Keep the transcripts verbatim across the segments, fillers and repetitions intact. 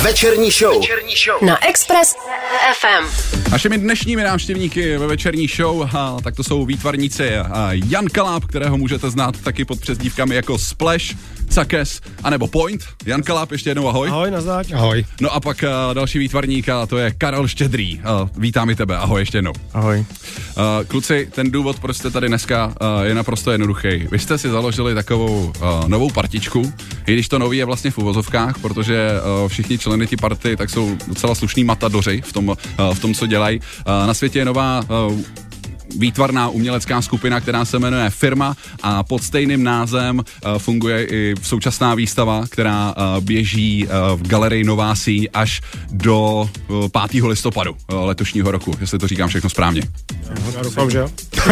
Večerní show. Večerní show Na Express ef em. Našimi dnešními návštěvníky ve večerní show, a, tak to jsou výtvarníci a Jan Kaláp, kterého můžete znát taky pod přezdívkami jako Splash, Cakes anebo Point. Jan Kaláp, ještě jednou ahoj. Ahoj, nazdar. Ahoj. No a pak a, další výtvarník, a to je Karel Štědrý. A, vítám i tebe, ahoj ještě jednou. Ahoj. A, kluci, ten důvod, proč jste tady dneska, a, je naprosto jednoduchý. Vy jste si založili takovou a, novou partičku, i když to nový je vlastně v uvozovkách, protože a, všichni členy té party tak jsou docela slušný matadoři v tom, a, v tom, co dělají. A, na světě je nová a, výtvarná umělecká skupina, která se jmenuje Firma a pod stejným názvem uh, funguje i současná výstava, která uh, běží uh, v galerii Nová síň až do uh, pátého listopadu uh, letošního roku, jestli to říkám všechno správně. Já doufám, že jo.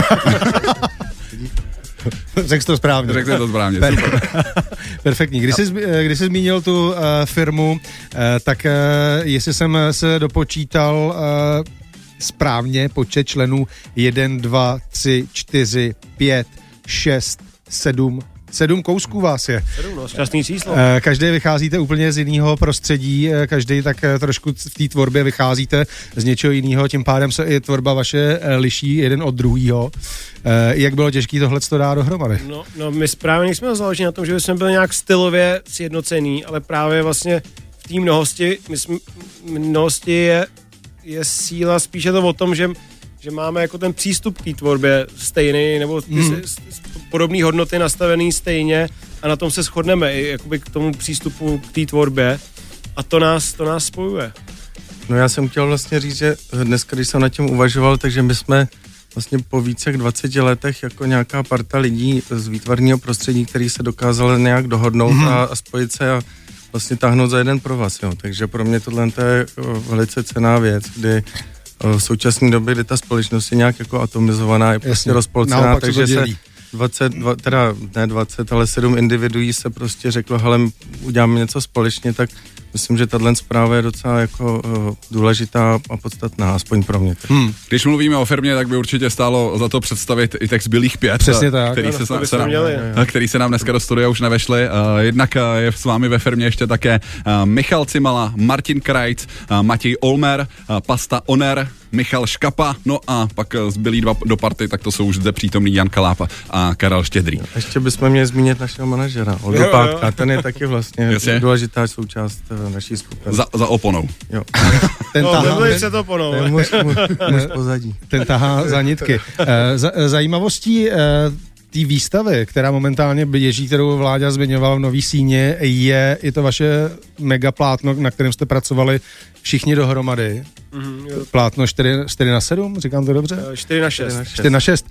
Řekl jsi to správně. Řekl jsi to správně, Per- super. Perfektní. Když jsi, když jsi zmínil tu uh, firmu, uh, tak uh, jestli jsem se dopočítal uh, správně počet členů jedna, dva, tři, čtyři, pět, šest, sedm, sedm kousků vás je. Sedm, no, šťastný číslo. Každý vycházíte úplně z jiného prostředí, každý tak trošku v té tvorbě vycházíte z něčeho jiného, tím pádem se i tvorba vaše liší jeden od druhého. Jak bylo těžké tohle to dát dohromady? No, no my právě nejsme založeni na tom, že jsme byli nějak stylově sjednocený, ale právě vlastně v té mnohosti, my jsme, mnohosti je je síla, spíše to o tom, že, že máme jako ten přístup k té tvorbě stejný, nebo ty mm. podobné hodnoty nastavený stejně a na tom se shodneme i jakoby k tomu přístupu k té tvorbě a to nás, to nás spojuje. No já jsem chtěl vlastně říct, že dneska, když jsem nad tím uvažoval, takže my jsme vlastně po více jak dvaceti letech jako nějaká parta lidí z výtvarného prostředí, který se dokázal nějak dohodnout mm. a, a spojit se a vlastně táhnout za jeden provaz, jo. Takže pro mě tohle je velice cenná věc, kdy v současné době, kdy ta společnost je nějak jako atomizovaná, je prostě rozpolcená, takže se dvacet, dva, teda ne dvacet, ale sedm individuí se prostě řeklo, hele, uděláme něco společně, tak myslím, že tato zpráva je docela jako uh, důležitá a podstatná, aspoň pro mě. Hmm. Když mluvíme o firmě, tak by určitě stálo za to představit i text Bílých pět, přesně tak, který, no, se, se, se nám, měli, který se nám dneska do studia už nevešli. Uh, jednak uh, je s vámi ve firmě ještě také uh, Michal Cimala, Martin Krajc, uh, Matěj Olmer, uh, Pasta Oner, Michal Škapa, no a pak uh, zbylí dva do party, tak to jsou už zde přítomný Jan Kaláp a Karel Štědrý. Jo, ještě bychom měli zmínit našeho manažera, Oldu Pátka, ten je taky vlastně Jasně. důležitá součást uh, naší skupiny. Za, za oponou. Jo. Ten no, tahá, ten, před oponou. Ten, muž, muž, muž pozadí. Ten tahá za nitky. Z, zajímavostí té výstavy, která momentálně běží, kterou Vláďa zmiňoval v Nový síně, je i to vaše megaplátno, na kterém jste pracovali všichni dohromady. Mm-hmm, plátno čtyři na sedm, říkám to dobře? čtyři na šest. čtyři na šest.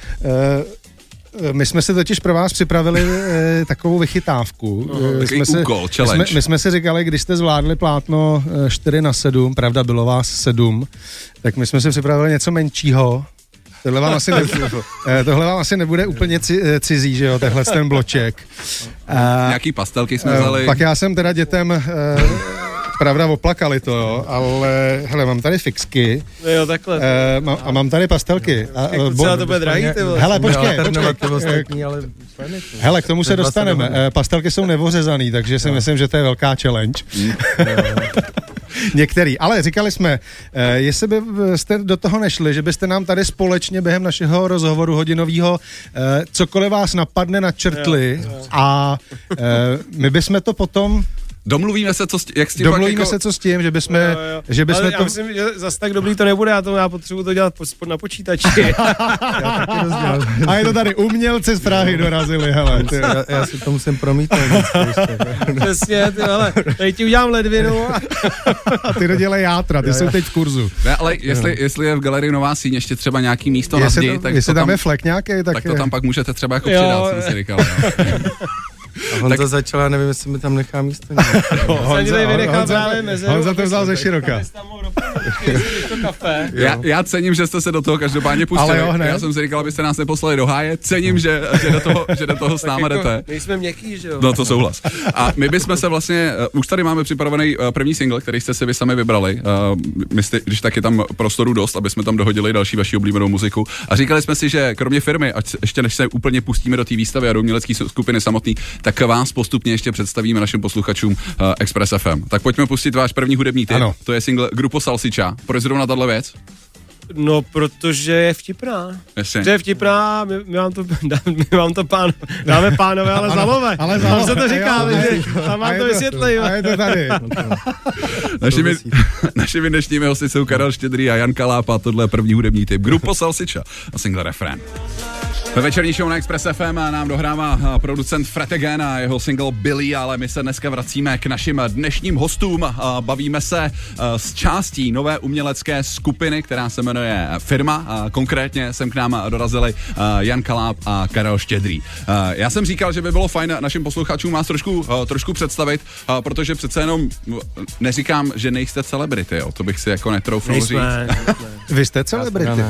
My jsme si totiž pro vás připravili e, takovou vychytávku. No, jsme si, úkol, challenge. Jsme, my jsme si říkali, když jste zvládli plátno čtyři na sedm, pravda, bylo vás sedm, tak my jsme si připravili něco menšího. Tohle vám asi, ne, tohle vám asi nebude úplně cizí, že jo, tenhle ten bloček. Nějaký pastelky jsme vzali. Pak já jsem teda dětem... E, pravda, oplakali to, jo, ale hele, mám tady fixky. Jo, takhle. E, má, a mám tady pastelky. A, jak bo, to bude drahý, ty vole. Hele, počkej, počkej. Ostatní, ale... Hele, k tomu se dostaneme. E, pastelky jsou nevořezaný, takže si no. myslím, že to je velká challenge. Některý. Ale říkali jsme, eh, jestli byste do toho nešli, že byste nám tady společně během našeho rozhovoru hodinového eh, cokoliv vás napadne, načrtli jo, jo. a eh, my bychom to potom... Domluvíme se, co s tím, jak s tím Domluvíme jako... se, co s tím, že bychom, jo, jo. že bychom ale to... já myslím, že zase tak dobrý to nebude, já to já potřebuji to dělat na počítači. A je to tady, umělci z Prahy dorazili, hele. Ty. Já, já si to musím promítnout. Přesně, ty hele, tady ti udělám ledvinu. A ty dodělej játra, ty jo, jsou jo. teď v kurzu. Ne, ale jestli, jestli je v galerii Nová síň ještě třeba nějaký místo na zdi, tak jestli to tam tam je flek nějaký, tak... tak to tam pak můžete třeba jako přidat, jsem si říkal. A Honza tak... začala, nevím, jestli mi tam nechá místo. Honza, Honza, Honza to vzal ze široka. to kafe. Já, já cením, že jste se do toho každopádně pustili. Ale jo, hned. Já jsem si říkal, abyste nás neposlali do háje. Cením, že, že, do, toho, že do toho s náma jdete. Jako, nejsme měkký, že jo? No to souhlas. A my bychom se vlastně, uh, už tady máme připravený uh, první single, který jste si vy sami vybrali. Uh, my jste, když tak je tam prostoru dost, aby jsme tam dohodili další vaši oblíbenou muziku. A říkali jsme si, že kromě firmy, ať ještě než se úplně pustíme do té výstavy a do umělecké skupiny samotný, tak vás postupně ještě představíme našim posluchačům uh, Express F M. Tak pojďme pustit váš první hudební tip. Ano. To je single Grupo Salsicha. Proč zrovna tahle věc? No, protože je vtipná. Jasně. Protože je vtipná, my, my vám to, my vám to pán, dáme pánové, ale za lové. Ale za Tam lové, se to říká, jo, že tam vám to vysvětlím. A je to tady. Našimi, našimi dnešními hosty jsou Karel Štědrý a Jan Kaláp a tohle je první hudební tip Grupo Salsicha a single Refrén. Ve večerní show na Express F M nám dohrává producent Fred Again a jeho single Billy, ale my se dneska vracíme k našim dnešním hostům. Bavíme se s částí nové umělecké skupiny, která se jmenuje Firma. Konkrétně sem k nám dorazili Jan Kaláp a Karel Štědrý. Já jsem říkal, že by bylo fajn našim posluchačům vás trošku, trošku představit, protože přece jenom neříkám, že nejste celebrity, jo. To bych si jako netroufnul říct. Vy jste celebrity.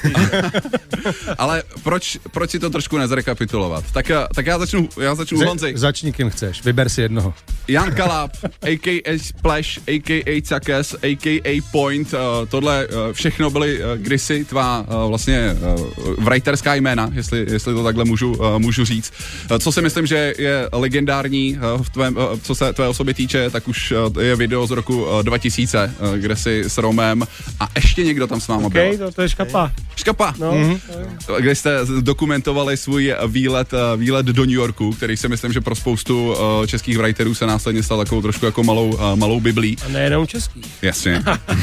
Ale proč, proč si to trošku nezrekapitulovat? Tak, tak já začnu, já začnu Ze, Honzi. Začni kým chceš, vyber si jednoho. Jan Kaláp, a k a. Splash, a k a. Cakes, a k a. Point, uh, tohle uh, všechno byly uh, kdysi tvá uh, vlastně uh, writerská jména, jestli, jestli to takhle můžu, uh, můžu říct. Uh, co si myslím, že je legendární uh, v tvém, uh, co se tvé osoby týče, tak už uh, je video z roku uh, dva tisíce, uh, kde si s Romem a ještě někdo tam s váma okay, byl. to, to je škapa. Škapa. No, mm-hmm. Kde jste dokumentovali svůj výlet, výlet do New Yorku, který si myslím, že pro spoustu uh, českých writerů se následně stal takovou trošku jako malou, uh, malou biblí. A nejenom český. Jasně.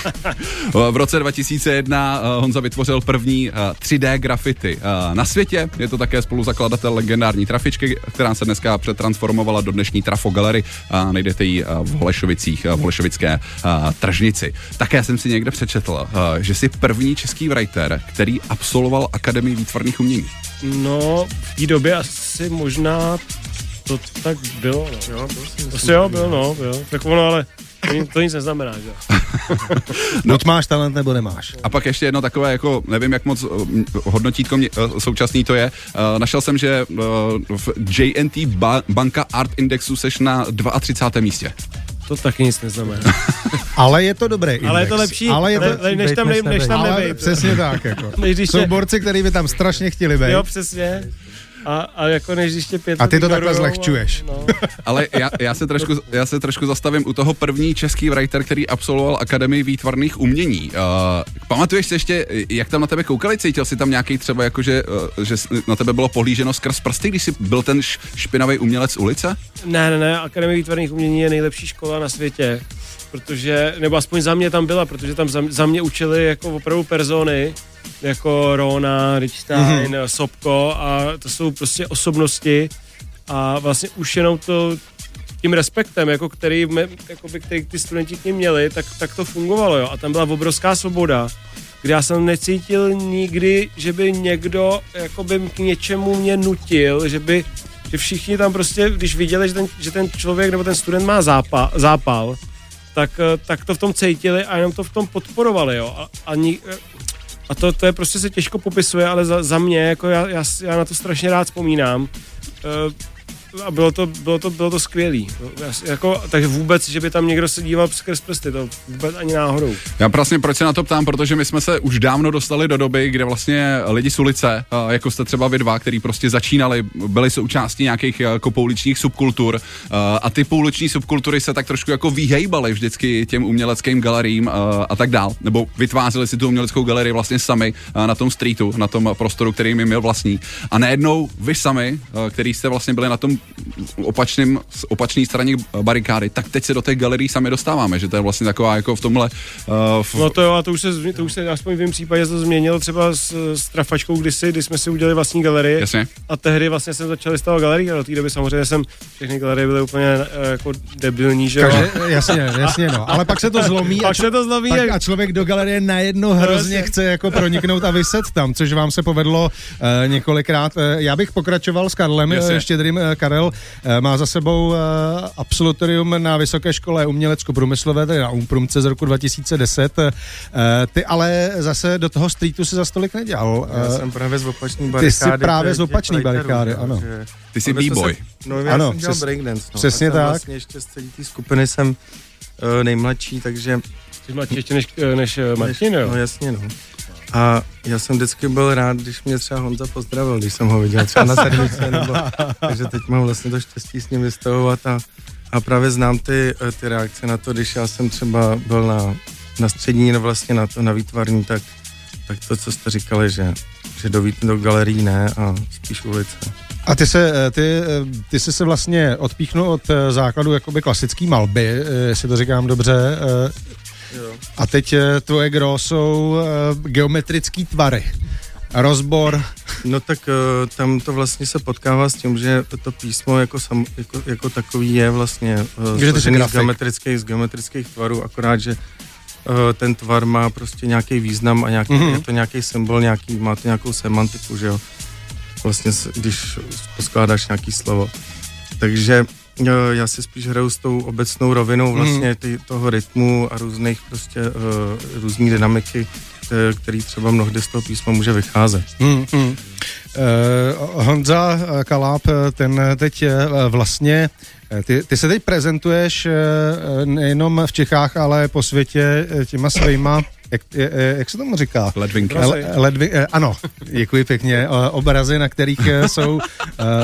V roce dva tisíce jedna uh, Honza vytvořil první uh, tři dé graffiti uh, na světě. Je to také spoluzakladatel legendární trafičky, která se dneska přetransformovala do dnešní Trafo Gallery. Uh, najdete ji uh, v Holešovicích, uh, v Holešovické uh, tržnici. Také jsem si někde přečetl, uh, že jsi první český writer, který absolvoval Akademii výtvarných umění. No, v té době asi možná to tak bylo, no. Jo, byl asi jo, byl, no, byl. Tak ono, ale to nic neznamená, že? No. Buď máš talent, nebo nemáš. A pak ještě jedno takové, jako nevím, jak moc hodnotítko mě, současný to je. Uh, našel jsem, že uh, v J N T ba- Banka Art Indexu seš na třicátém druhém místě. To taky nic neznamená. Ale je to dobré index. Ale je to lepší, ale je to, le, než tam, ne, než tam nebejt. Přesně tak, jako. Než Jsou borci, který by tam strašně chtěli být. Jo, přesně. A, a jako než ještě pět A ty to takhle zlehčuješ. No. Ale já, já, se trošku, já se trošku zastavím u toho první český writer, který absolvoval Akademii výtvarných umění. Uh, pamatuješ si ještě, jak tam na tebe koukali? Cítil jsi tam nějaký třeba, jako, že, uh, že na tebe bylo pohlíženo skrz prsty, když jsi byl ten špinavý umělec ulice? Ne, ne, ne, Akademie výtvarných umění je nejlepší škola na světě, protože, nebo aspoň za mě tam byla, protože tam za, za mě učili jako opravdu persony, jako Rona, Richstein, mm-hmm. Sobko a to jsou prostě osobnosti a vlastně už jenom to tím respektem, jako který, jakoby, který ty studenti k nim měli, tak, tak to fungovalo, jo. A tam byla obrovská svoboda, kde já jsem necítil nikdy, že by někdo jakoby k něčemu mě nutil, že by, že všichni tam prostě, když viděli, že ten, že ten člověk nebo ten student má zápal, zápal tak, tak to v tom cítili a jenom to v tom podporovali, jo. A, a ni, A to, to je prostě se těžko popisuje, ale za, za mě, jako já, já, já na to strašně rád vzpomínám. Uh, a bylo to, bylo to, bylo to skvělý. Jako, takže vůbec, že by tam někdo se díval skrz prsty, to vůbec ani náhodou. Já vlastně proč se na to ptám, protože my jsme se už dávno dostali do doby, kde vlastně lidi z ulice, jako jste třeba vy dva, který prostě začínali, byli součástí nějakých jako pouličních subkultur a ty pouliční subkultury se tak trošku jako vyhejbaly vždycky těm uměleckým galeriím a tak dál, nebo vytvářeli si tu uměleckou galerii vlastně sami na tom streetu, na tom prostoru, který mi měl vlastní. A najednou vy sami, který jste vlastně byli na tom opačným, opačný straně barikády, tak teď se do těch galerií sami dostáváme, že to je vlastně taková jako v tomhle... Uh, v... No to jo, a to už se, to už se aspoň v mém případě to změnilo třeba s, s Trafačkou kdysi, kdy jsme si udělali vlastní galerii. Jasně. A tehdy vlastně jsem začal stavovat galerii a do té doby samozřejmě jsem, všechny galerie byly úplně uh, jako debilní, že jo. Jasně, jasně, no. Ale pak se to zlomí pak a, č- se to zlomí pak, a člověk do galerie najednou hrozně Jasně. chce jako proniknout a vyset tam, což vám se povedlo uh, několikrát. Uh, já bych pokračoval s Karlem uh, Štědrým. Uh, Karel má za sebou absolutorium na Vysoké škole umělecko-průmyslové, tedy na Umprumce z roku dva tisíce deset. Ty ale zase do toho streetu si za stolik nedělal. Já jsem právě z opačný barikády. Ty jsi právě z opačný barikády, ano. Že... Ty jsi b-boy. Se... No já ano, jsem dělal přes... breakdance. No. Přesně tak. Vlastně ještě z celé té skupiny jsem uh, nejmladší, takže... Jsi mladší ještě než, než Martin, jo? No jasně, no. A já jsem vždycky byl rád, když mě třeba Honza pozdravil, když jsem ho viděl třeba na sedmičce, nebo... Takže teď mám vlastně to štěstí s ním vystavovat a, a právě znám ty, ty reakce na to, když já jsem třeba byl na, na střední, no vlastně na to, na výtvarní, tak, tak to, co jste říkali, že, že do, do galerií ne a spíš ulice. A ty se, ty, ty jsi se vlastně odpíchnul od základu jakoby klasický malby, jestli to říkám dobře. Jo. A teď tvoje gro jsou geometrický tvary. Rozbor. No tak tam to vlastně se potkává s tím, že to písmo jako, sam, jako, jako takový je vlastně složený z geometrických, z geometrických tvarů, akorát, že ten tvar má prostě nějaký význam a nějaký, mm-hmm. je to nějaký symbol, nějaký, má to nějakou semantiku, že jo. Vlastně, když poskládáš nějaký slovo. Takže já si spíš hraju s tou obecnou rovinou vlastně ty, toho rytmu a různých prostě uh, různý dynamiky, který třeba mnohdy z toho písma může vycházet. Hmm, hmm. Uh, Honza Kaláb, ten teď vlastně, ty, ty se teď prezentuješ nejenom v Čechách, ale po světě těma svýma, jak, jak se tomu říká? Ledvinky. Le, ledvi, ano, děkuji pěkně. Obrazy, na kterých jsou uh,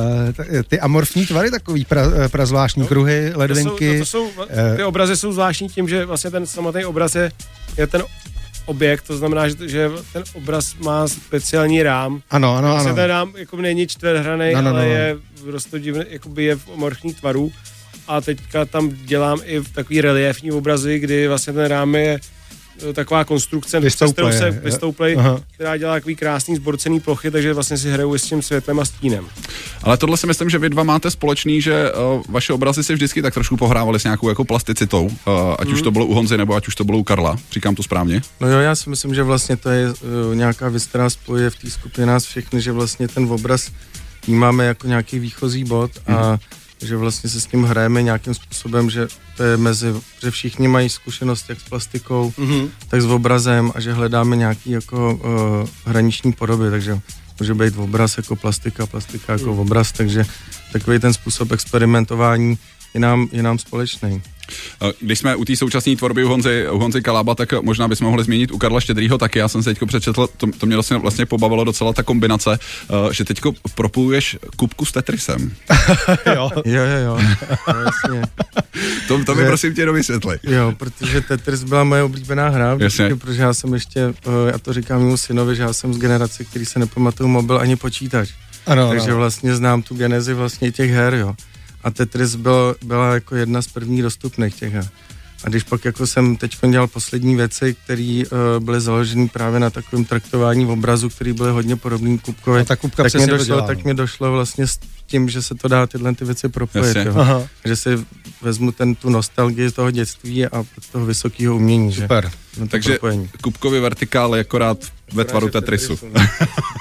ty amorfní tvary, takový pra, prazvláštní no, kruhy, ledvinky. To jsou, to, to jsou, ty obrazy jsou zvláštní tím, že vlastně ten samotný obraz je, je ten objekt, to znamená, že, že ten obraz má speciální rám. Ano, ano, vlastně ano. Ten rám jako není čtverhranej, no, no, ale no. je roztodivný, jakoby je v amorfní tvaru. A teďka tam dělám i takový reliefní obrazy, kdy vlastně ten rám je taková konstrukce, přes kterou se vystouplej, která dělá takový krásný zborcený plochy, takže vlastně si hraju s tím světlem a stínem. Ale tohle si myslím, že vy dva máte společný, že uh, vaše obrazy si vždycky tak trošku pohrávali s nějakou jako plasticitou, uh, ať mm. už to bylo u Honzy, nebo ať už to bylo u Karla. Říkám to správně? No jo, já si myslím, že vlastně to je uh, nějaká věc, která spojuje v té skupině nás všechny, že vlastně ten obraz vnímáme jako nějaký výchozí bod mm. a že vlastně se s tím hrajeme nějakým způsobem, že to je mezi, že všichni mají zkušenost jak s plastikou, mm-hmm. tak s obrazem a že hledáme nějaký jako uh, hraniční podoby, takže může být obraz jako plastika, plastika jako mm. obraz, takže takový ten způsob experimentování je nám, je nám společný. Když jsme u té současné tvorby u Honzy, u Honzy Kalába, tak možná bychom mohli zmínit u Karla Štědrýho taky. Já jsem se teďko přečetl, to, to mě vlastně, vlastně pobavilo docela ta kombinace, uh, že teďko propojuješ kubku s Tetrisem. jo. jo, jo, jo. No, jasně. To, to mi že, prosím tě dovysvětli. Jo, protože Tetris byla moje oblíbená hra, vždycky, protože já jsem ještě, uh, já to říkám mému synovi, že já jsem z generace, který se nepamatuju mobil ani počítač. Ano, takže ano. vlastně znám tu genezi vlastně těch her, jo. A Tetris byl, byla jako jedna z prvních dostupných těch her. A když pak jako jsem teď dělal poslední věci, které uh, byly založeny právě na takovém traktování obrazu, který byly hodně podobný kubkovi, tak, tak, mě došlo, tak mě došlo vlastně s tím, že se to dá tyhle ty věci propojit. Že si vezmu ten, tu nostalgii toho dětství a toho vysokého umění. Super. Že? Takže propojení. Kubkový vertikál je akorát ve tvaru Tetrisu. Tetrisu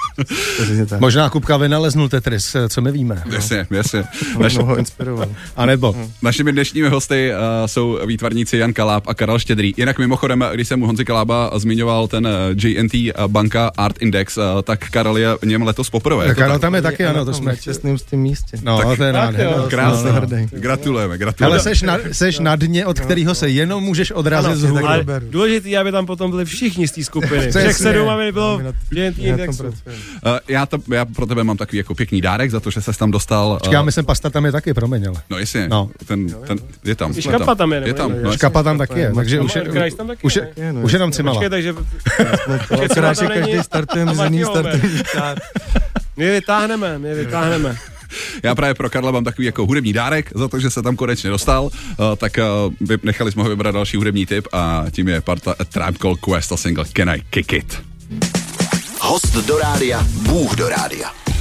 Možná Kubka vynaleznul Tetris, co my víme. Jasně, jasně. Naši... ho inspiroval. A nebo. Hmm. Našimi dnešními hosty uh, jsou výtvarníci Jan Kaláb a Karel Štědrý. Jinak mimochodem, když jsem u Honzy Kalába zmiňoval ten J N T banka Art Index, uh, tak Karel je v něm letos poprvé. Karel tam je taky, ano, to jsme čestným s tím místě. No, tak, to je nádherné. Krásně. Gratulujeme, gratulujeme. Ale seš na, seš na dně, od kterého se jenom můžeš odrazit z hůru. Ale důležitý, aby tam potom byli všichni z té skupiny. Všech sedm, aby bylo J N T Indexu. Já, to, já pro tebe mám takový jako pěkný dárek za to, že ses tam dostal. Čeká, myslím, pasta tam je taky, promiň, ale. No jestli, no. Ten, ten, je tam. Škapa tam je, je tam. No, škapa tam taky je, takže už je, už je, už je tam Cimala. Počkej, takže... Akorát, že každý startujeme z jiný startovní čár. My vytáhneme, my vytáhneme. Já právě pro Karla mám takový jako hudební dárek za to, že se tam konečně dostal, uh, tak uh, nechali jsme ho vybrat další hudební tip a tím je parta A Tribe Called Quest a single Can I Kick It. Host do rádia, Bůh do rádia.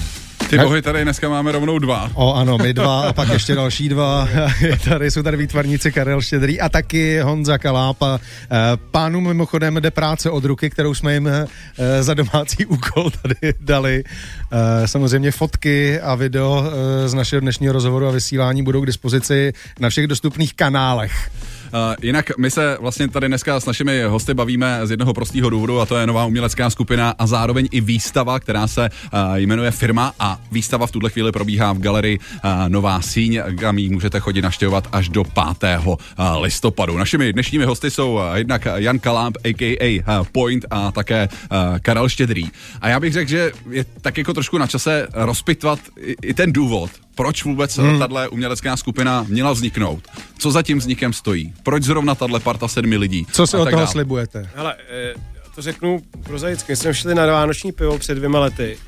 Ty bohy, tady dneska máme rovnou dva. O ano, my dva a pak ještě další dva. Tady jsou tady výtvarníci Karel Štědrý a taky Honza Kaláp. A pánům mimochodem jde práce od ruky, kterou jsme jim za domácí úkol tady dali. Samozřejmě fotky a video z našeho dnešního rozhovoru a vysílání budou k dispozici na všech dostupných kanálech. Uh, jinak my se vlastně tady dneska s našimi hosty bavíme z jednoho prostého důvodu, a to je nová umělecká skupina a zároveň i výstava, která se uh, jmenuje Firma, a výstava v tuhle chvíli probíhá v galerii uh, Nová síň, kam ji můžete chodit navštěvovat až do pátého listopadu. Našimi dnešními hosty jsou uh, jednak Jan Kaláb, a k a. Uh, Point, a také uh, Karel Štědrý. A já bych řekl, že je tak jako trošku na čase rozpitvat i, i ten důvod, proč vůbec hmm. tahle umělecká skupina měla vzniknout. Co za tím vznikem stojí? Proč zrovna tahle parta sedmi lidí? Co si od toho dál slibujete? Hele, to řeknu prozaicky. My jsme šli na vánoční pivo před dvěma lety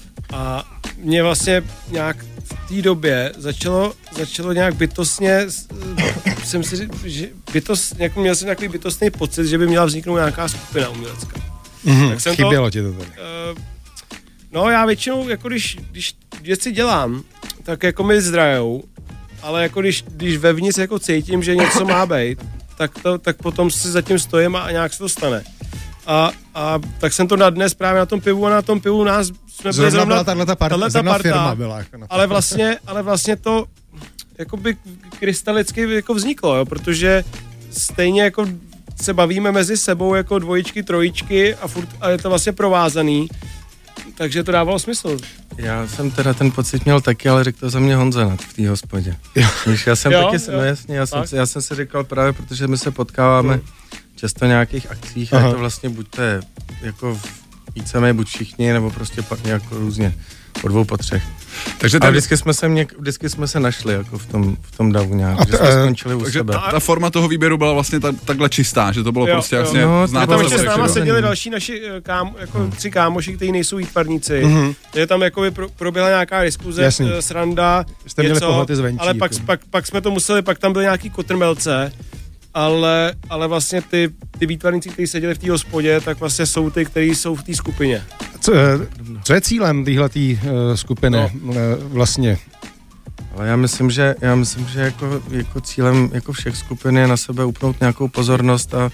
a mě vlastně nějak v té době začalo, začalo nějak bytostně, jsem si že bytost, nějak, měl jsem nějaký bytostný pocit, že by měla vzniknout nějaká skupina umělecká. Mm-hmm, tak jsem chybělo to, ti to tady. Uh, no já většinou, jako když, když věci dělám, tak jako mi zdrajou, ale jako když, když vevnitř jako cítím, že něco má být, tak, to, tak potom si za tím stojím a nějak se to stane. A, a tak jsem to na dnes právě na tom pivu a na tom pivu nás jsme byli zrovna byla tato parta, zrovna parta, firma byla. Jako ale, vlastně, ale vlastně to jakoby krystalicky jako vzniklo, jo, protože stejně jako se bavíme mezi sebou jako dvojičky, trojičky a furt a je to vlastně provázaný, takže to dávalo smysl. Já jsem teda ten pocit měl taky, ale řekl to za mě Honza v té hospodě. Když já jsem jo, taky, jo, no jasně, já jsem, já jsem si říkal právě, protože my se potkáváme no. často v nějakých akcích Aha. a je to vlastně buď to je jako víceméně buď všichni, nebo prostě pak nějak různě po dvou, po třech. Takže ten... A vždycky jsme se, něk, vždycky jsme se našli jako v tom, v tom davu nějak, že jsme skončili u sebe. Ta, ta forma toho výběru byla vlastně ta, takhle čistá, že to bylo jo, prostě jo. jasně no, znáte. Tam ještě s náma seděli další naši kámo, jako hmm. tři kámoši, kteří nejsou výtvarníci. Hmm. Takže tam jako pro, proběhla nějaká diskuze, Jasný. sranda, jste měli pohledy zvenčí. Ale pak, pak, pak jsme to museli, pak tam byly nějaký kotrmelce, ale, ale vlastně ty, ty výtvarníci, kteří seděli v té hospodě, tak vlastně jsou ty, kteří jsou v té skupině. Co, co je cílem téhletý uh, skupiny no. uh, vlastně? Ale já myslím, že, já myslím, že jako, jako cílem jako všech skupin je na sebe upnout nějakou pozornost a,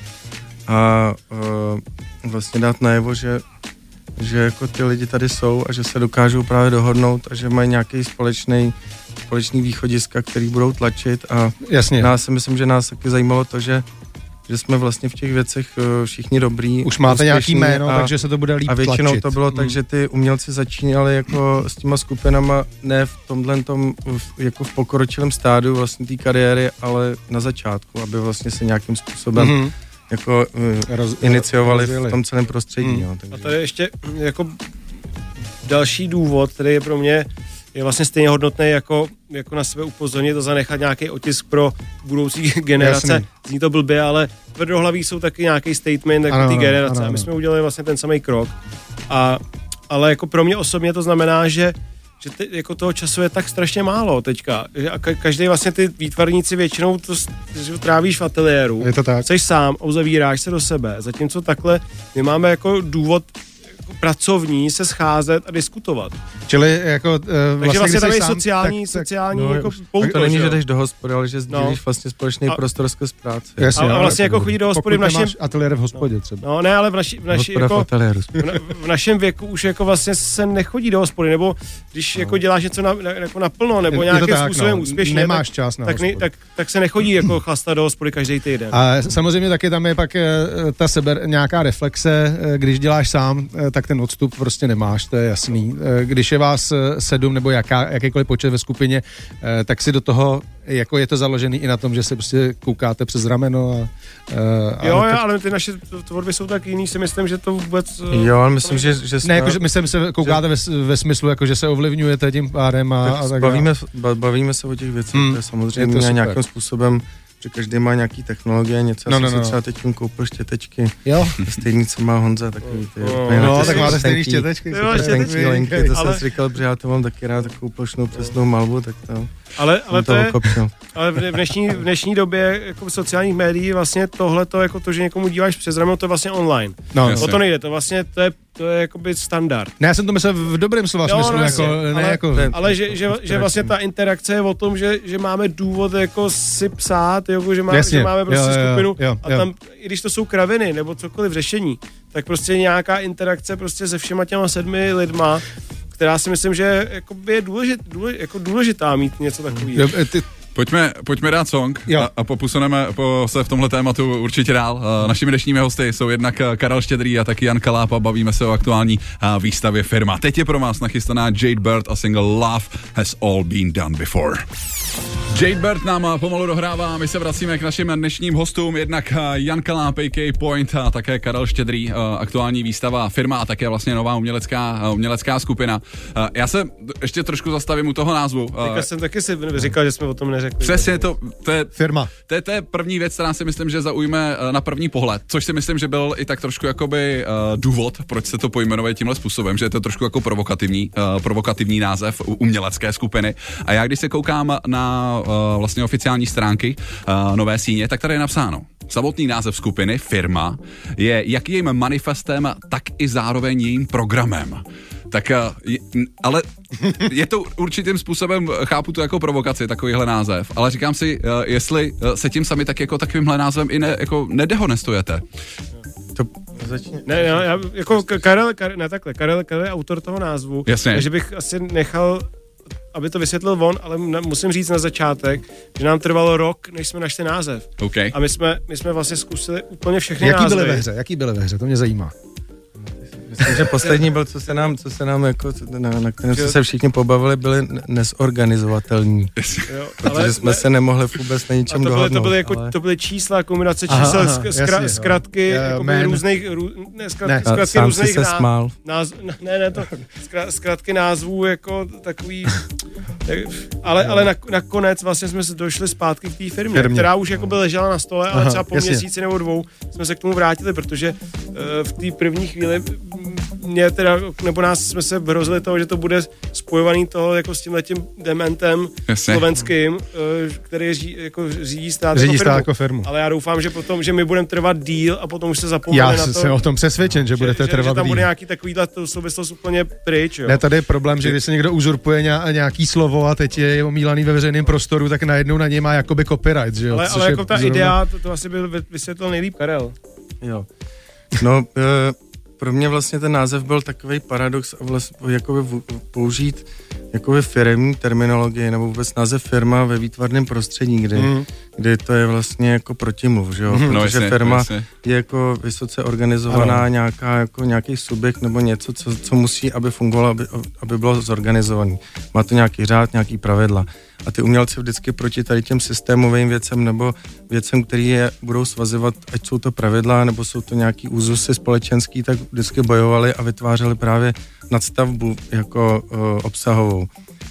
a uh, vlastně dát najevo, že, že jako ty lidi tady jsou a že se dokážou právě dohodnout a že mají nějaký společný společný východiska, který budou tlačit a Jasně. nás si myslím, že nás taky zajímalo to, že že jsme vlastně v těch věcech všichni dobrý. Už máte nějaký jméno, a, takže se to bude líp tlačit. A většinou tlačit. to bylo hmm. tak, že ty umělci začínali jako s těma skupinama ne v tomhle tom, jako v pokročilém stádiu vlastně té kariéry, ale na začátku, aby vlastně se nějakým způsobem hmm. jako Roz, iniciovali rozvěli. v tom celém prostředí. Hmm. Jo, takže. A to je ještě jako další důvod, který je pro mě je vlastně stejně hodnotný jako, jako na sebe upozornit a zanechat nějaký otisk pro budoucí generace. Jasný. Zní to blbě, ale tvrdohlaví jsou taky nějaký statement jako té generace. Ano, ano. A my jsme udělali vlastně ten samý krok. A, ale jako pro mě osobně to znamená, že, že ty, jako toho času je tak strašně málo teďka. A ka, každý vlastně ty výtvarníci většinou to, to trávíš v ateliéru. Je to tak. Jsi sám, uzavíráš se do sebe. Zatímco takhle my máme jako důvod pracovní se scházet a diskutovat. Čili jako uh, vlastně, Takže vlastně tam je sociální, tak, sociální tak, jako no, pouto, to není, že jdeš do hospody, ale že sdílíš no. vlastně společný a, prostor skrz práci. Jasně, a, a vlastně jako chodí do hospody v našem... ateliér v hospodě třeba. No ne, ale v, naši, v, naši, jako, v, na, v našem věku už jako vlastně se nechodí do hospody, nebo když no. jako děláš něco na, na, jako naplno, nebo je nějakým tak, způsobem no. úspěšně, nemáš tak, čas na tak, ne, tak, tak se nechodí jako chlastat do hospody každý týden. A samozřejmě taky tam je pak ta sebe nějaká reflexe, když děláš sám, tak ten odstup prostě nemáš, to je jasný. Když je vás sedm nebo jaká, jakýkoliv počet ve skupině, tak si do toho, jako je to založený i na tom, že se prostě koukáte přes rameno. A, a jo, ale, jo, ale ty naše tvorby jsou tak jiný, si myslím, že to vůbec... Jo, ale myslím, že, že jsme... Ne, jako, že myslím, se koukáte že... ve, ve smyslu, jako, že se ovlivňujete tím pádem a tak. A tak bavíme, bavíme se o těch věcech, hmm, to je samozřejmě je to nějakým způsobem, že každý má nějaký technologie, něco, no, já no, jsem no. si třeba teď koupil štětečky, jo. stejný, co má Honza, takový ty. No, no tak máte stejný štětečky. Jo, štětečky, linky, to ale... jsem si říkal, protože já to mám taky rád, takovou plošnou přesnou malbu, tak to... Ale, ale to, to je, ale v dnešní, v dnešní době jako v sociálních médií vlastně tohleto, jako to, že někomu díváš přes rameno, to je vlastně online. No, o to nejde, to vlastně to je to je jakoby standard. Ne, já jsem to myslel v dobrém slova Jo, smyslu, no, jako, jasně, ne ale, jako... Ale že, že, že vlastně ta interakce je o tom, že, že máme důvod jako si psát, jako, že, má, že máme prostě jo, jo, skupinu jo, jo. a tam, i když to jsou kraviny nebo cokoliv řešení, tak prostě nějaká interakce prostě se všema těma sedmi lidma, která si myslím, že je důležit, důležit, jako důležitá mít něco takového. Pojďme, pojďme dát song a, a poposuneme po, se v tomhle tématu určitě dál. Uh, našimi dnešními hosty jsou jednak Karel Štědrý a taky Jan Kalápa. Bavíme se o aktuální uh, výstavě Firma. Teď je pro vás nachystaná Jade Bird a single Love Has All Been Done Before. Jade Bird nám pomalu dohrává, my se vracíme k našim dnešním hostům, jednak Jan Kaláp, a ká Point a také Karel Štědrý, aktuální výstava Firma a také vlastně nová umělecká, umělecká skupina. Já se ještě trošku zastavím u toho názvu. Teďka jsem taky si říkal, že jsme o tom neřekli. Přesně, to, to je Firma. To je, to je první věc, která si myslím, že zaujme na první pohled, což si myslím, že byl i tak trošku jakoby uh, důvod, proč se to pojmenuje tímhle způsobem, že je to trošku jako provokativní, uh, provokativní název umělecké skupiny. A já když se koukám na uh, vlastně oficiální stránky uh, Nové síně, tak tady je napsáno. Samotný název skupiny, Firma, je jak jejím manifestem, tak i zároveň jejím programem. Tak, je, ale je to určitým způsobem, chápu to jako provokaci, takovýhle název, ale říkám si, jestli se tím sami tak jako takovýmhle názvem i ne, jako nedehonestujete. To začne. Ne, já, já jako Karel, Karel, ne takhle, Karel, Karel je autor toho názvu, jasně. Takže bych asi nechal, aby to vysvětlil on, ale musím říct na začátek, že nám trvalo rok, než jsme našli název. Okay. A my jsme, my jsme vlastně zkusili úplně všechny Jaký názvy. Jaký byly ve hře? Jaký byly ve hře? To mě zajímá. Myslím, že poslední byl, co se nám, co se nám jako, na, na kterém jsme se všichni pobavili, byli nesorganizovatelní. Jo, protože jsme ne, se nemohli vůbec na ničem to byly, dohodnout. To byly, jako, ale... to byly čísla, kombinace čísel, aha, aha, skra, jasně, zkratky, jakoby různých, rů, ne, zkrat, ne, zkratky sám různých si se ná, smál. Náz, ne, ne, to zkrat, zkratky názvů, jako takový, ale, ale na, nakonec vlastně jsme se došli zpátky k té firmě, firmě, která už jako by ležela na stole, ale aha, třeba po jasně. měsíci nebo dvou jsme se k tomu vrátili, protože uh, v té první chvíli mě teda, nebo nás jsme se hrozili toho, že to bude spojovaný toho jako s tímhletím dementem jasně. slovenským, který ří, jako řídí stát, řídí jako, stát firmu. jako firmu. Ale já doufám, že potom, že my budeme trvat díl a potom už se zapomene na to. Já jsem o tom přesvědčen, že, že budete že, trvat díl. Že tam díl. bude nějaký takovýhle souvislost úplně pryč. Jo. Ne, tady je problém, že když se někdo uzurpuje nějaký slovo a teď je omílaný ve veřejném prostoru, tak najednou na něj má jakoby copyright, že jo? Ale, ale jako ta zrovna... idea, to, to asi byl vysvětlil nejlíp Karel. Jo. No, e, pro mě vlastně ten název byl takový paradox a vlastně jakoby použít jakoby firemní terminologii nebo vůbec název firma ve výtvarném prostředí, kdy, mm. kdy to je vlastně jako protimluv, že jo? Mm. Protože no, firma jasně. je jako vysoce organizovaná ano. nějaká, jako nějaký subjekt nebo něco, co, co musí, aby fungovalo, aby, aby bylo zorganizovaný. Má to nějaký řád, nějaký pravidla. A ty umělci vždycky proti tady těm systémovým věcem nebo věcem, který je budou svazovat, ať jsou to pravidla nebo jsou to nějaký úzusy společenský, tak vždycky bojovali a vytvářeli právě nadstavbu jako uh, obsahovou.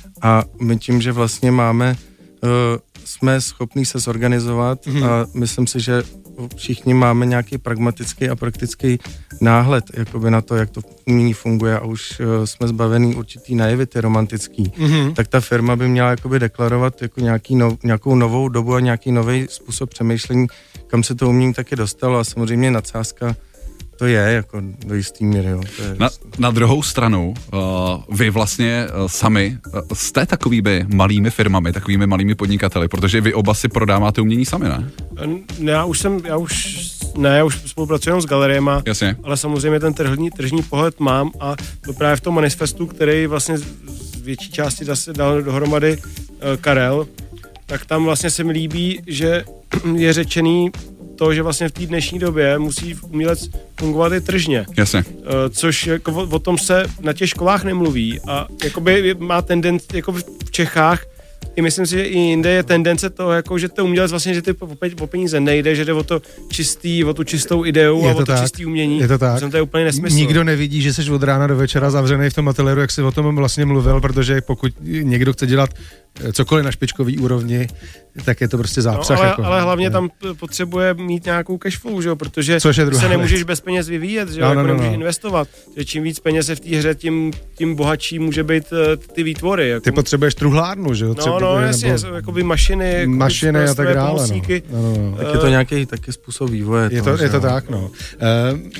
A my tím, že vlastně máme, uh, jsme schopní se zorganizovat mm-hmm. a myslím si, že všichni máme nějaký pragmatický a praktický náhled jakoby na to, jak to umění funguje a už uh, jsme zbavení určitý naivity romantický, mm-hmm. tak ta firma by měla jakoby deklarovat jako nějaký no, nějakou novou dobu a nějaký nový způsob přemýšlení, kam se to umění taky dostalo a samozřejmě nadsázka to je jako do jistý míry. Jo. To je na, na druhou stranu, uh, vy vlastně uh, sami uh, jste takovými malými firmami, takovými malými podnikateli, protože vy oba si prodáváte umění sami, ne? Ne, já už jsem, já už, ne, já už spolupracuji s galeriema, jasně. Ale samozřejmě ten tržní, tržní pohled mám a to právě v tom manifestu, který vlastně z větší části zase dal dohromady uh, Karel, tak tam vlastně se mi líbí, že je řečený to, že vlastně v té dnešní době musí umělec fungovat i tržně. Jasně. Což jako o, o tom se na těch školách nemluví a jakoby má tendenci, jako v Čechách, i myslím si, že i jinde je tendence toho, jako, že to umělec vlastně, že ty o peníze nejde, že jde o to čistý, o tu čistou ideu a o to tak. čistý umění. Je to tak. To je úplně nesmysl. Nikdo nevidí, že jsi od rána do večera zavřený v tom ateliéru, jak jsi o tom vlastně mluvil, protože pokud někdo chce dělat cokoliv na špičkový úrovni, tak je to prostě zápřah. No, ale, jako, ale hlavně tam potřebuje mít nějakou cashflow, že jo, protože se nemůžeš věc. bez peněz vyvíjet, že jo, no, no, jako nemůžeš no. investovat. Že čím víc peněz je v té hře, tím, tím bohatší může být ty výtvory. Jako. Ty potřebuješ truhlárnu, že jo? No, no, jasně, nebo... jakoby mašiny, mašiny a tak dále. No. No, no, no. Tak je to nějaký taky způsob vývoje. Je to, toho, je to tak, no. Uh,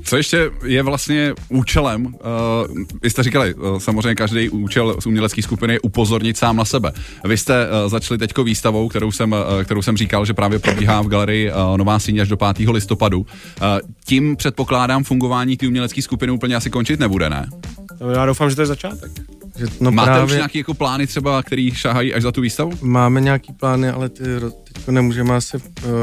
co ještě je vlastně účelem, uh, vy jste říkali, uh, samozřejmě každý účel z umělecké skupiny je upozornit sám na sebe. Vy jste uh, začali teďko výstavou, kterou jsem, uh, kterou jsem říkal, že právě probíhá v galerii uh, Nová síň až do pátého listopadu. Uh, tím předpokládám fungování té umělecké skupiny úplně asi končit nebude, ne? No, já doufám, že to je začátek. Že, no Máte právě, už nějaké jako plány třeba, který šahají až za tu výstavu? Máme nějaký plány, ale ty teďko nemůžeme asi uh,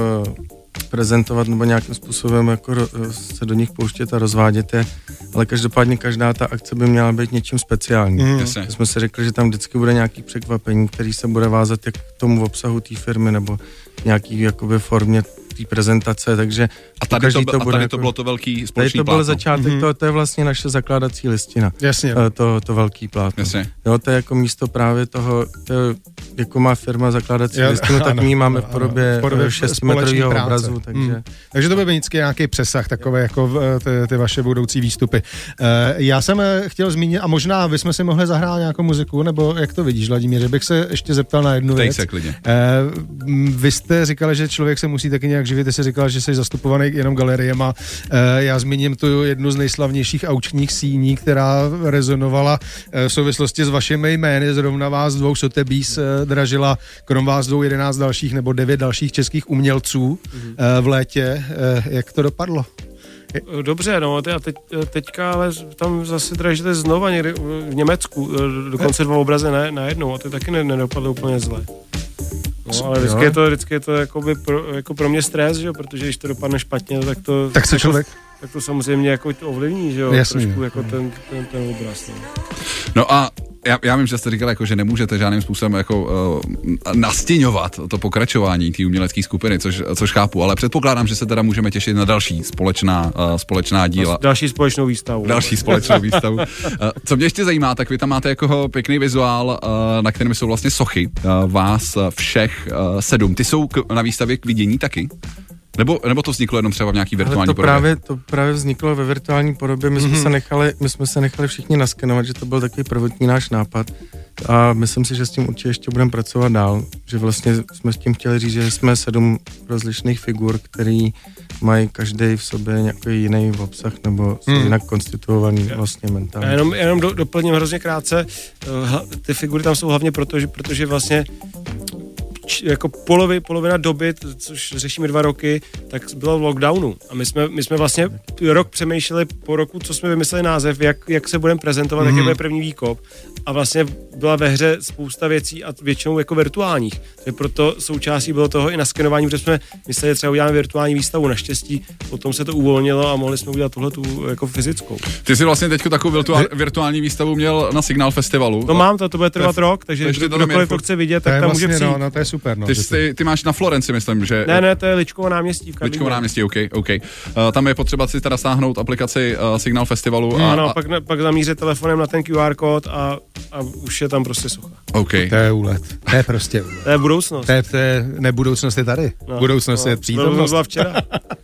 prezentovat nebo nějakým způsobem jako se do nich pouštět a rozvádět je, ale každopádně každá ta akce by měla být něčím speciální. Mm. Jsme si řekli, že tam vždycky bude nějaký překvapení, který se bude vázat jak k tomu obsahu té firmy nebo nějaký jakoby formě té prezentace, takže a tady, to, to, a bude tady jako, to bylo to velký společný plátno. Tady to byl plátno. začátek, mm-hmm. to, to je vlastně naše zakládací listina. Jasně. To, to velký plátno. Jasně. Jo, to je jako místo právě toho, to, jako má firma zakládací jo, listinu, tak my máme v podobě, podobě šestimetrového obrazu. Takže... Hmm. takže to by vždycky nějaký přesah, takové jako ty, ty vaše budoucí výstupy. Uh, já jsem chtěl zmínit, a možná bychom si mohli zahrát nějakou muziku, nebo jak to vidíš, Vladimíře, bych se ještě zeptal na jednu Tej věc. se klidně. Uh, vy jste říkali, že člověk se musí taky nějak živit, ty jsi říkal, že jsi zastupovaný jenom galeriema. Uh, já zmíním tu jednu z nejslavnějších aukčních síní, která rezonovala uh, v souvislosti s vašimi jmény, zrovna vás dvou Sotheby's uh, dražila, krom vás dvou jedenáct dalších nebo devět dalších českých umělců mm-hmm. uh, v létě. Uh, jak to dopadlo? Dobře, no a teď, teďka ale tam zase dražíte znova někdy v Německu, dokonce dva obrazy na, na jednou a to taky nedopadlo úplně zle. No, ale vždycky je to, vždycky je to jakoby pro, jako pro mě stres, že jo, protože když to dopadne špatně, tak to... Tak se člověk... Tak to samozřejmě jako to ovlivní, že jo, jasný, trošku jako ten, ten, ten obraz. No, no a já, já vím, že jste říkal, jako, že nemůžete žádným způsobem jako, uh, nastěňovat to pokračování té umělecké skupiny, což, což chápu, ale předpokládám, že se teda můžeme těšit na další společná, uh, společná díla. Další společnou výstavu. Další společnou výstavu. Uh, co mě ještě zajímá, tak vy tam máte jako pěkný vizuál, uh, na kterém jsou vlastně sochy uh, vás všech uh, sedm. Ty jsou k, na výstavě k vidění taky? Nebo, nebo to vzniklo jenom třeba v nějaký virtuální to podobě? Právě, to právě vzniklo ve virtuální podobě, my jsme, mm-hmm. se nechali, my jsme se nechali všichni naskenovat, že to byl takový prvotní náš nápad a myslím si, že s tím určitě ještě budeme pracovat dál, že vlastně jsme s tím chtěli říct, že jsme sedm rozlišných figur, který mají každý v sobě nějaký jiný obsah nebo jsou mm. jinak konstituovaný vlastně mentálně. Já jenom, jenom do, doplním hrozně krátce, ty figury tam jsou hlavně proto, že, protože vlastně jako polovi, polovina doby, což řešíme dva roky, tak bylo v lockdownu. A my jsme, my jsme vlastně rok přemýšleli po roku, co jsme vymysleli název, jak, jak se budeme prezentovat, mm-hmm. jaký bude první výkop. A vlastně byla ve hře spousta věcí a většinou jako virtuálních. Takže proto součástí bylo toho i naskenování, protože jsme mysleli, že třeba uděláme virtuální výstavu. Naštěstí potom se to uvolnilo a mohli jsme udělat tohle tu jako fyzickou. Ty jsi vlastně teďko takovou virtuál, virtuální výstavu měl na Signál Festivalu. No mám to, to bude trvat rok, takže kdokoliv to chce vidět, tak tam vlastně, může přijít. No, no, to je super. No, ty, ty, ty máš na Florenci, myslím, že... Ne, ne, to je Ličkovo náměstí v Karlíně. Ličkovo náměstí, OK, OK. Uh, tam je potřeba si teda stáhnout aplikaci uh, Signál Festivalu. Hmm, a, ano, a... pak, pak zamířit telefonem na ten Q R kód a, a už je tam prostě socha. OK. To je úlet. To je prostě úlet. To je budoucnost. To je, to je ne, budoucnost je tady. No, budoucnost no, je přítomnost. Byla včera.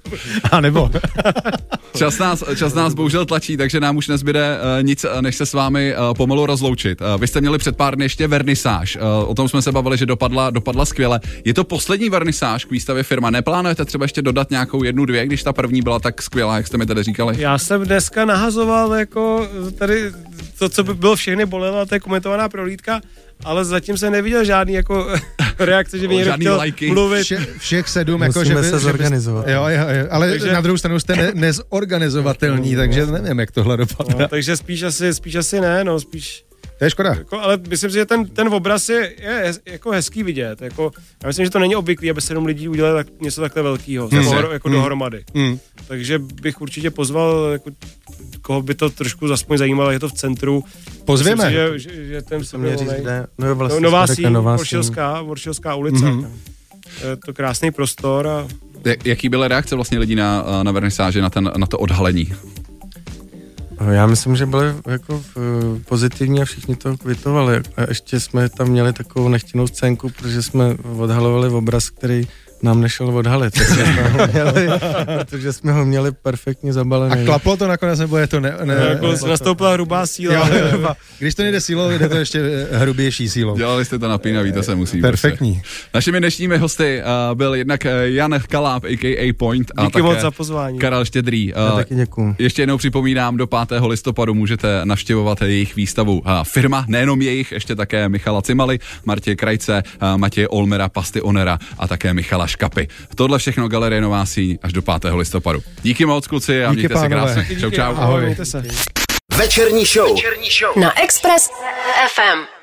A nebo... Čas nás, čas nás bohužel tlačí, takže nám už nezbyde uh, nic, než se s vámi uh, pomalu rozloučit. Uh, vy jste měli před pár dny ještě vernisáž. Uh, o tom jsme se bavili, že dopadla, dopadla skvěle. Je to poslední vernisáž k výstavě firma. Neplánujete třeba ještě dodat nějakou jednu, dvě, když ta první byla tak skvělá, jak jste mi tady říkali? Já jsem dneska nahazoval jako tady to, co by bylo všechny bolelo, to je komentovaná prohlídka, ale zatím jsem neviděl žádný jako reakce, že by někdo chtěl lajky. mluvit. Vše, všech sedm, musíme jako, že by, se zorganizovat. Jo, jo, jo, ale takže, na druhou stranu jste ne, nezorganizovatelní, takže nevím, jak tohle dopadne. No, takže spíš asi, spíš asi ne, no, spíš... To je škoda. Jako, ale myslím si, že ten, ten obraz je, je jako hezký vidět. Jako, já myslím, že to není obvyklý, aby sedm lidí udělali tak, něco takhle velkého, mm. jako, jako mm. dohromady. Mm. Takže bych určitě pozval, jako, koho by to trošku aspoň zajímalo, je to v centru. Pozvěme. Si, že, že, že ten se mě říct, kde? No, vlastně no, nová síň, Voršilská, Voršilská ulice. Mm-hmm. Je to krásný prostor. A... Jaký byly reakce vlastně lidí na, na vernisáži, na, ten, na to odhalení? Já myslím, že byly jako pozitivní a všichni to kvitovali. A ještě jsme tam měli takovou nechtěnou scénku, protože jsme odhalovali obraz, který nám nešel odhalit, takže jsme ho měli, protože jsme ho měli perfektně zabalený. A klaplo to nakonec, nebo je to ne... ne jako nastoupila hrubá síla. Jo, jo, když to nejde sílou, jde to ještě hrubější sílou. Dělali jste to napínavý, to se musí. Perfektní. Prostě. Našimi dnešními hosty uh, byl jednak Jan Kaláb, a k a. Point. A díky moc za pozvání. Karel Štědrý. Já uh, taky děkuju. Ještě jednou připomínám, do pátého listopadu můžete navštěvovat jejich výstavu. Uh, firma, nejenom jejich, ještě také Michala Cimaly, Martě Krajce, uh, Matěje Olmera, Pasty Onera a také Michala Škapy. Tohle všechno Galerie Nová síň až do pátého listopadu. Díky moc, kluci, a díky, mějte se krásně. Čau, čau. Ahoj. Mějte se. Večerní show. Večerní show Na Express F M.